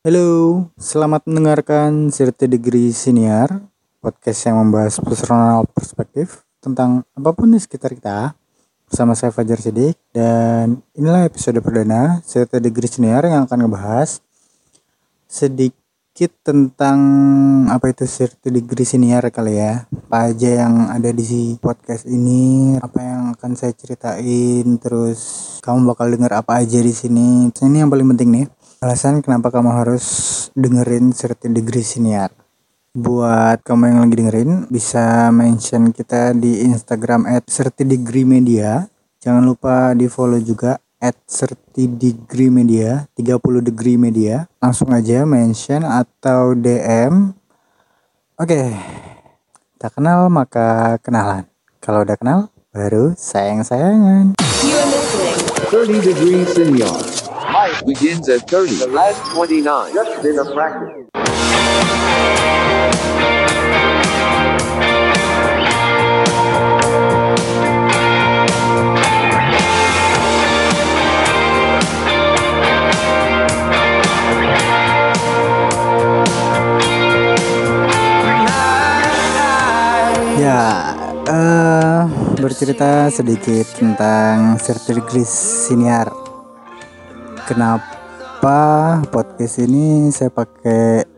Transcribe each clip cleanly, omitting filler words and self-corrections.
Halo, selamat mendengarkan Certi Degree Senior, podcast yang membahas personal perspektif tentang apapun di sekitar kita. Bersama saya Fajar Sidik, dan inilah episode perdana Certi Degree Senior yang akan ngebahas sedikit tentang apa itu Certi Degree Senior kali ya. Apa aja yang ada di podcast ini, apa yang akan saya ceritain, terus kamu bakal dengar apa aja di sini. Ini yang paling penting nih. Alasan kenapa kamu harus dengerin Certi Degree Senior. Buat kamu yang lagi dengerin, bisa mention kita di Instagram @certidegreemedia. Jangan lupa di follow juga @certidegreemedia, 30 degree media. Langsung aja mention atau DM. Oke, tak kenal maka kenalan. Kalau udah kenal, baru sayang-sayangan. 30 Degree Senior. Life begins at 30. The last 29. Just been a practice. Ya, bercerita sedikit tentang Certi Degree Senior. Kenapa podcast ini saya pakai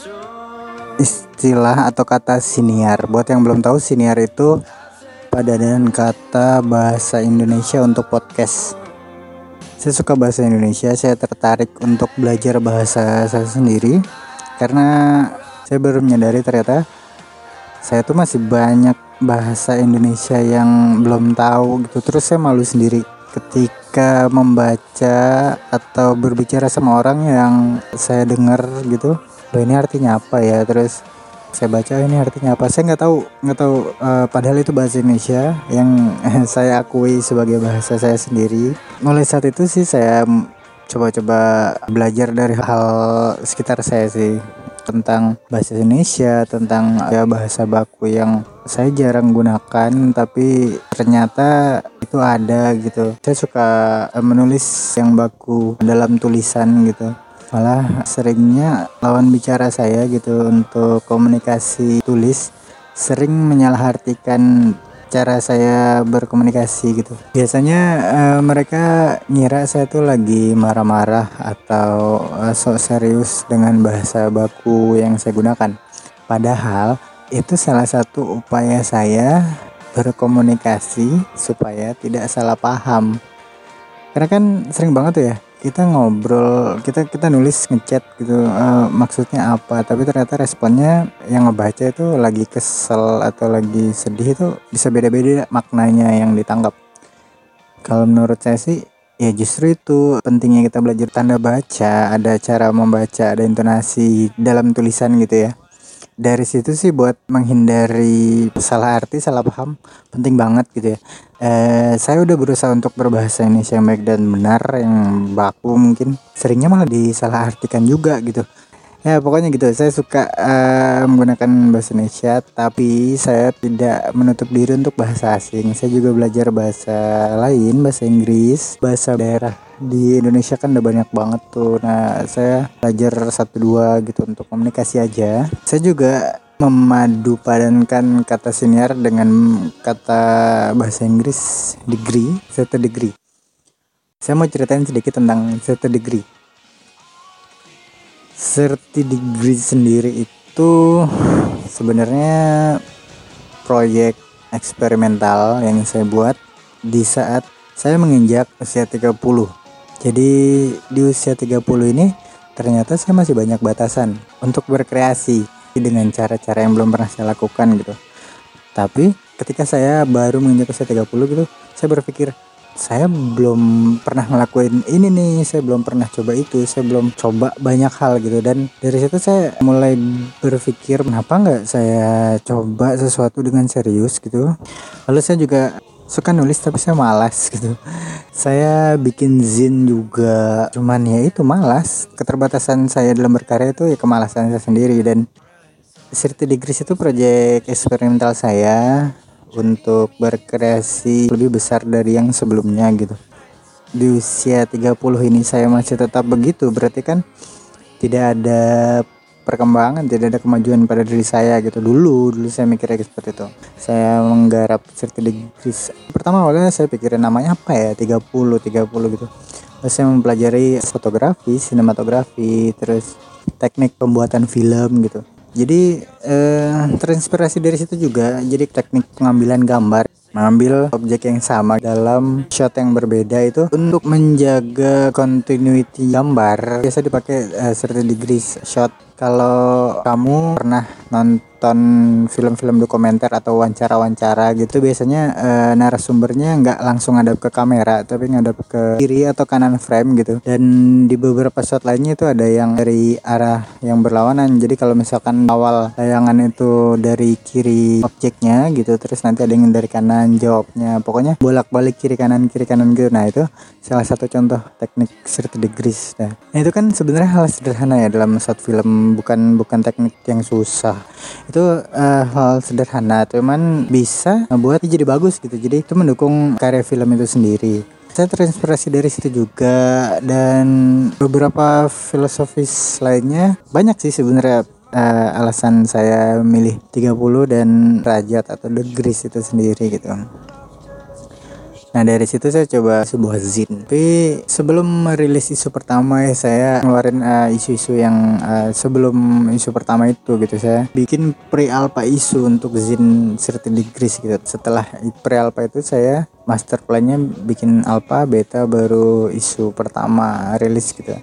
istilah atau kata senior? Buat yang belum tahu, senior itu padanan kata bahasa Indonesia untuk podcast. Saya suka bahasa Indonesia, saya tertarik untuk belajar bahasa saya sendiri karena saya baru menyadari ternyata saya tuh masih banyak bahasa Indonesia yang belum tahu gitu. Terus saya malu sendiri ketika membaca atau berbicara sama orang yang saya dengar gitu. Loh, ini artinya apa ya? Terus saya baca ini artinya apa? Saya nggak tahu. Padahal itu bahasa Indonesia yang saya akui sebagai bahasa saya sendiri. Mulai saat itu sih saya coba-coba belajar dari hal sekitar saya sih, tentang bahasa Indonesia, tentang bahasa baku yang saya jarang gunakan tapi ternyata itu ada gitu. Saya suka menulis yang baku dalam tulisan gitu. Malah seringnya lawan bicara saya gitu untuk komunikasi tulis sering menyalahartikan cara saya berkomunikasi gitu. Biasanya mereka ngira saya tuh lagi marah-marah atau sok serius dengan bahasa baku yang saya gunakan. Padahal itu salah satu upaya saya berkomunikasi supaya tidak salah paham. Karena kan sering banget tuh ya kita ngobrol, kita nulis ngechat gitu, maksudnya apa, tapi ternyata responnya yang ngebaca itu lagi kesel atau lagi sedih, itu bisa beda-beda maknanya yang ditangkap. Kalau menurut saya sih ya justru itu pentingnya kita belajar tanda baca, ada cara membaca, ada intonasi dalam tulisan gitu ya. Dari situ sih buat menghindari salah arti, salah paham, penting banget gitu ya. Saya udah berusaha untuk berbahasa Indonesia yang baik dan benar, yang baku mungkin seringnya malah disalahartikan juga gitu. Ya pokoknya gitu, saya suka menggunakan bahasa Indonesia, tapi saya tidak menutup diri untuk bahasa asing. Saya juga belajar bahasa lain, bahasa Inggris, bahasa daerah di Indonesia kan udah banyak banget tuh. Nah saya belajar 1-2 gitu untuk komunikasi aja. Saya juga memadu padankan kata senior dengan kata bahasa Inggris degree, certi degree. Saya mau ceritain sedikit tentang certi degree. Certi degree sendiri itu sebenarnya proyek eksperimental yang saya buat di saat saya menginjak usia 30. Jadi di usia 30 ini ternyata saya masih banyak batasan untuk berkreasi dengan cara-cara yang belum pernah saya lakukan gitu. Tapi ketika saya baru menginjak usia 30 gitu, saya berpikir saya belum pernah ngelakuin ini nih, saya belum pernah coba itu, saya belum coba banyak hal gitu. Dan dari situ saya mulai berpikir kenapa nggak saya coba sesuatu dengan serius gitu. Lalu saya juga suka nulis tapi saya malas gitu. Saya bikin zin juga, cuman ya itu malas. Keterbatasan saya dalam berkarya itu ya kemalasan saya sendiri. Dan Certi Degree itu proyek eksperimental saya untuk berkreasi lebih besar dari yang sebelumnya gitu. Di usia 30 ini saya masih tetap begitu, berarti kan tidak ada perkembangan, tidak ada kemajuan pada diri saya gitu. Dulu saya mikirnya seperti itu. Saya menggarap 30 degrees. Pertama awalnya saya pikirin namanya apa ya, 30 gitu. Terus saya mempelajari fotografi, sinematografi, terus teknik pembuatan film gitu. Jadi terinspirasi dari situ juga. Jadi teknik pengambilan gambar, mengambil objek yang sama dalam shot yang berbeda itu untuk menjaga continuity gambar. Biasa dipakai 30 degrees shot. Kalau kamu pernah nonton film-film dokumenter atau wawancara-wawancara gitu, biasanya narasumbernya nggak langsung ngadap ke kamera, tapi ngadap ke kiri atau kanan frame gitu. Dan di beberapa shot lainnya itu ada yang dari arah yang berlawanan. Jadi kalau misalkan awal tayangan itu dari kiri objeknya gitu, terus nanti ada yang dari kanan jawabnya. Pokoknya bolak-balik kiri kanan gitu. Nah itu salah satu contoh teknik 30 degrees. Nah itu kan sebenarnya hal sederhana ya dalam shot film, bukan teknik yang susah. Itu hal sederhana, cuman bisa membuat jadi bagus gitu. Jadi itu mendukung karya film itu sendiri. Saya terinspirasi dari situ juga, dan beberapa filosofis lainnya banyak sih sebenarnya. Alasan saya milih 30 dan derajat atau degrees itu sendiri gitu. Nah dari situ saya coba sebuah zin. Tapi sebelum merilis isu pertama ya, saya ngeluarin isu-isu yang sebelum isu pertama itu gitu. Saya bikin pre-alpha isu untuk zin 30 degrees gitu. Setelah pre-alpha itu saya master plan-nya bikin alpha, beta, baru isu pertama rilis gitu.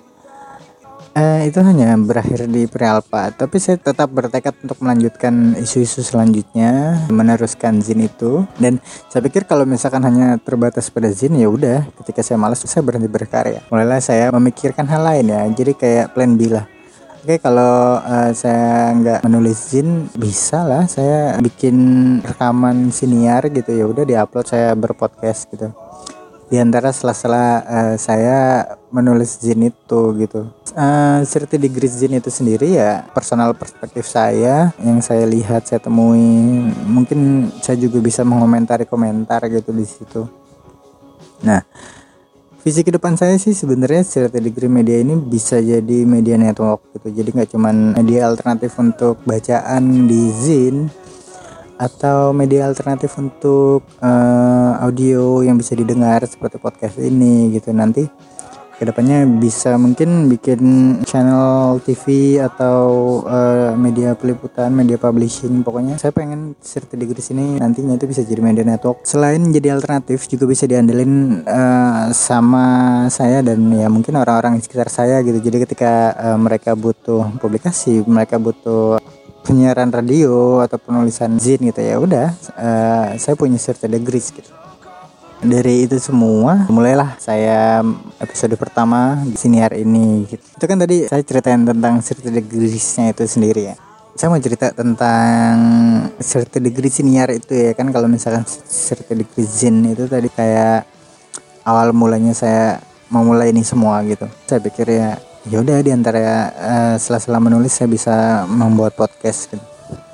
Itu hanya berakhir di pre-alpha, tapi saya tetap bertekad untuk melanjutkan isu-isu selanjutnya, meneruskan zin itu. Dan saya pikir kalau misalkan hanya terbatas pada zin, ya udah, ketika saya malas saya berhenti berkarya. Mulailah saya memikirkan hal lain ya, jadi kayak plan B lah. Oke, kalau saya nggak menulis zin, bisa lah saya bikin rekaman siniar gitu, ya udah diupload, saya berpodcast gitu. Di antara sela-sela saya menulis zin itu gitu. 30 degrees zin itu sendiri ya personal perspektif saya yang saya lihat, saya temui. Mungkin saya juga bisa mengomentari komentar gitu di situ. Nah, visi ke depan saya sih sebenarnya 30 degree media ini bisa jadi media network gitu. Jadi nggak cuman media alternatif untuk bacaan di zin, atau media alternatif untuk audio yang bisa didengar seperti podcast ini gitu. Nanti kedepannya bisa mungkin bikin channel TV atau media peliputan, media publishing. Pokoknya saya pengen 30 degrees ini nantinya itu bisa jadi media network. Selain jadi alternatif, juga bisa diandelin sama saya dan ya mungkin orang-orang di sekitar saya gitu. Jadi ketika mereka butuh publikasi, mereka butuh penyiaran radio atau penulisan zin gitu, ya udah saya punya 30 degrees gitu. Dari itu semua mulailah saya episode pertama di siniar ini gitu. Itu kan tadi saya ceritain tentang 30 degrees-nya itu sendiri ya. Saya mau cerita tentang 30 degrees siniar itu ya kan. Kalau misalkan 30 degrees zin itu tadi kayak awal mulanya saya memulai ini semua gitu. Saya pikir ya udah di antara sela-sela menulis saya bisa membuat podcast gitu.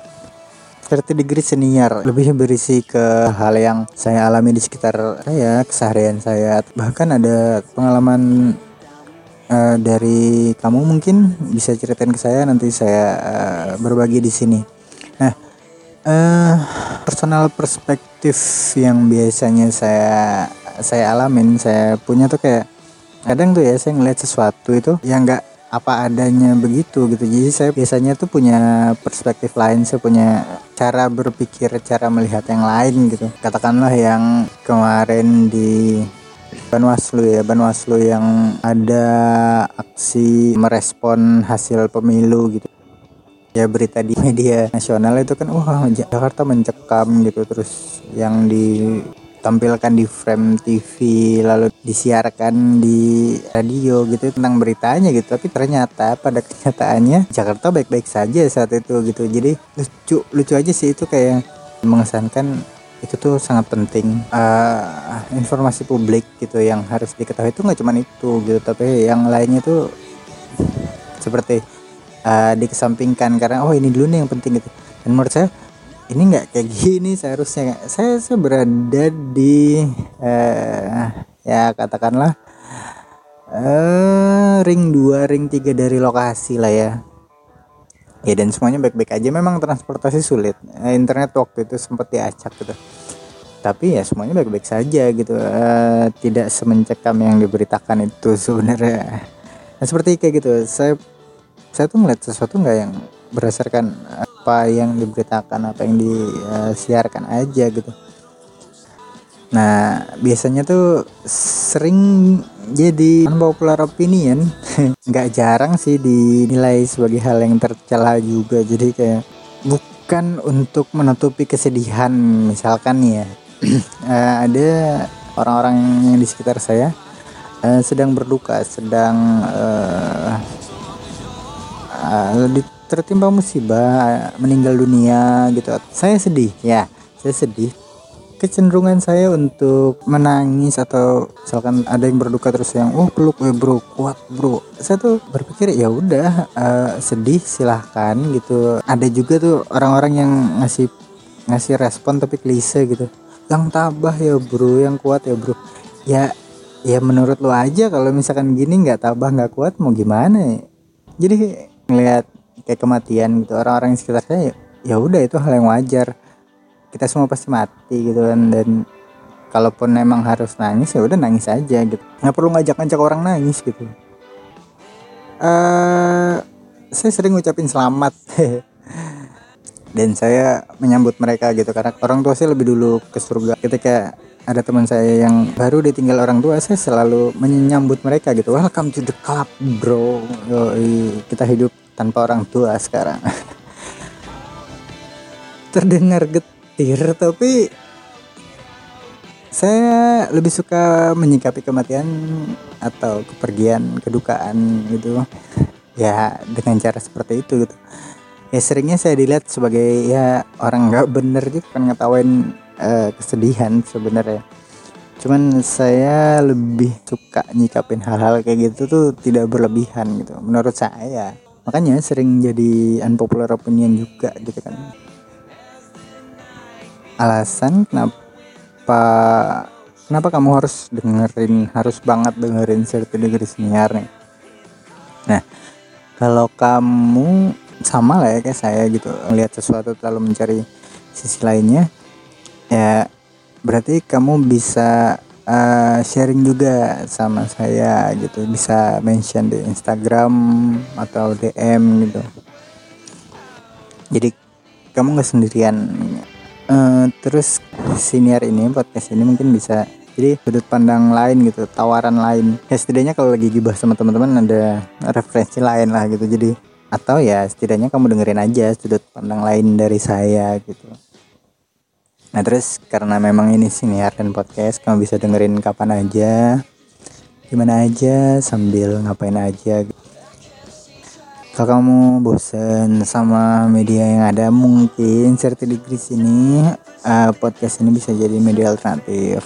30 degrees senior lebih berisi ke hal yang saya alami di sekitar saya, keseharian saya. Bahkan ada pengalaman dari kamu mungkin bisa ceritain ke saya, nanti saya berbagi di sini. Nah, personal perspektif yang biasanya saya alamin, saya punya tuh kayak kadang tuh ya saya ngeliat sesuatu itu yang nggak apa adanya begitu gitu. Jadi saya biasanya tuh punya perspektif lain, saya punya cara berpikir, cara melihat yang lain gitu. Katakanlah yang kemarin di Banwaslu yang ada aksi merespon hasil pemilu gitu. Ya berita di media nasional itu kan Jakarta mencekam gitu, terus yang ditampilkan di frame TV lalu disiarkan di radio gitu tentang beritanya gitu. Tapi ternyata pada kenyataannya Jakarta baik-baik saja saat itu gitu. Jadi lucu aja sih, itu kayak mengesankan. Itu tuh sangat penting, informasi publik gitu yang harus diketahui itu nggak cuma itu gitu, tapi yang lainnya tuh seperti dikesampingkan karena ini dulu nih yang penting gitu. Dan menurut saya ini nggak kayak gini seharusnya. Saya berada di ya katakanlah ring 2, ring 3 dari lokasi lah ya. Ya dan semuanya baik-baik aja. Memang transportasi sulit. Internet waktu itu sempat diacak gitu. Tapi ya semuanya baik-baik saja gitu. Tidak semencekam yang diberitakan itu sebenarnya. Nah, seperti kayak gitu. Saya tuh ngeliat sesuatu nggak yang berdasarkan apa yang diberitakan, apa yang disiarkan aja gitu. Nah biasanya tuh sering jadi unpopular opinion. Nggak jarang sih dinilai sebagai hal yang tercela juga. Jadi kayak bukan untuk menutupi kesedihan, misalkan nih ya. Ada orang-orang yang di sekitar saya sedang berduka, sedang tertimpa musibah, meninggal dunia gitu. Saya sedih. Kecenderungan saya untuk menangis atau misalkan ada yang berduka terus yang peluk bro, kuat bro. Saya tuh berpikir ya udah, sedih silahkan gitu. Ada juga tuh orang-orang yang ngasih respon tapi klise gitu. Yang tabah ya bro, yang kuat ya bro. Ya menurut lo aja, kalau misalkan gini nggak tabah nggak kuat mau gimana ya. Jadi ngelihat kayak kematian gitu orang-orang di sekitar saya, ya udah itu hal yang wajar. Kita semua pasti mati gitu kan, dan kalaupun memang harus nangis ya udah nangis aja gitu, nggak perlu ngajak-ngajak orang nangis gitu. Saya sering ngucapin selamat dan saya menyambut mereka gitu, karena orang tua saya lebih dulu ke surga. Ketika ada teman saya yang baru ditinggal orang tua, saya selalu menyambut mereka gitu, welcome to the club bro. Yoi, kita hidup tanpa orang tua sekarang. Terdengar tapi saya lebih suka menyikapi kematian atau kepergian, kedukaan gitu ya dengan cara seperti itu gitu. Ya seringnya saya dilihat sebagai ya orang nggak bener gitu kan, ngetawain kesedihan sebenarnya. Cuman saya lebih suka nyikapin hal-hal kayak gitu tuh tidak berlebihan gitu menurut saya. Makanya sering jadi unpopular opinion juga gitu kan. Alasan kenapa kamu harus banget dengerin 30 Degree Senior nih. Nah, kalau kamu sama lah ya kayak saya gitu, melihat sesuatu lalu mencari sisi lainnya, ya berarti kamu bisa sharing juga sama saya gitu, bisa mention di Instagram atau DM gitu. Jadi kamu nggak sendirian. Terus senior ini, podcast ini mungkin bisa jadi sudut pandang lain gitu, tawaran lain. Ya setidaknya kalau lagi gibah sama teman-teman ada referensi lain lah gitu. Jadi atau ya setidaknya kamu dengerin aja sudut pandang lain dari saya gitu. Nah terus karena memang ini senior dan podcast, kamu bisa dengerin kapan aja, gimana aja, sambil ngapain aja gitu. Kalau kamu bosen sama media yang ada, mungkin 30 Degrees ini, podcast ini bisa jadi media alternatif.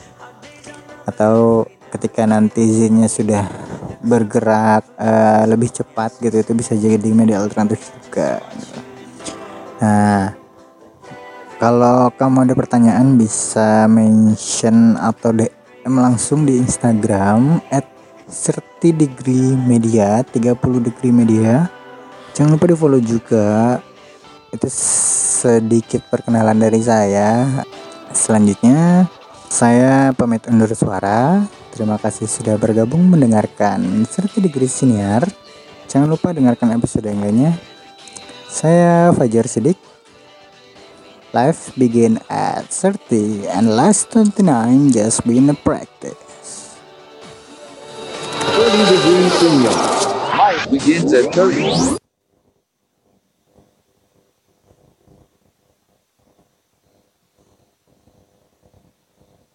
Atau ketika nanti Zinnya sudah bergerak lebih cepat gitu, itu bisa jadi media alternatif juga gitu. Nah, kalau kamu ada pertanyaan bisa mention atau DM langsung di Instagram @30 Degree Media, 30 Degree Media. Jangan lupa di follow juga. Itu sedikit perkenalan dari saya. Selanjutnya saya pamit undur suara. Terima kasih sudah bergabung mendengarkan 30 Degree Senior. Jangan lupa dengarkan episode yang lainnya. Saya Fajar Sidik. Life begin at 30 and last 29 just begin a practice. 30 Degree Senior. Life begins at 30.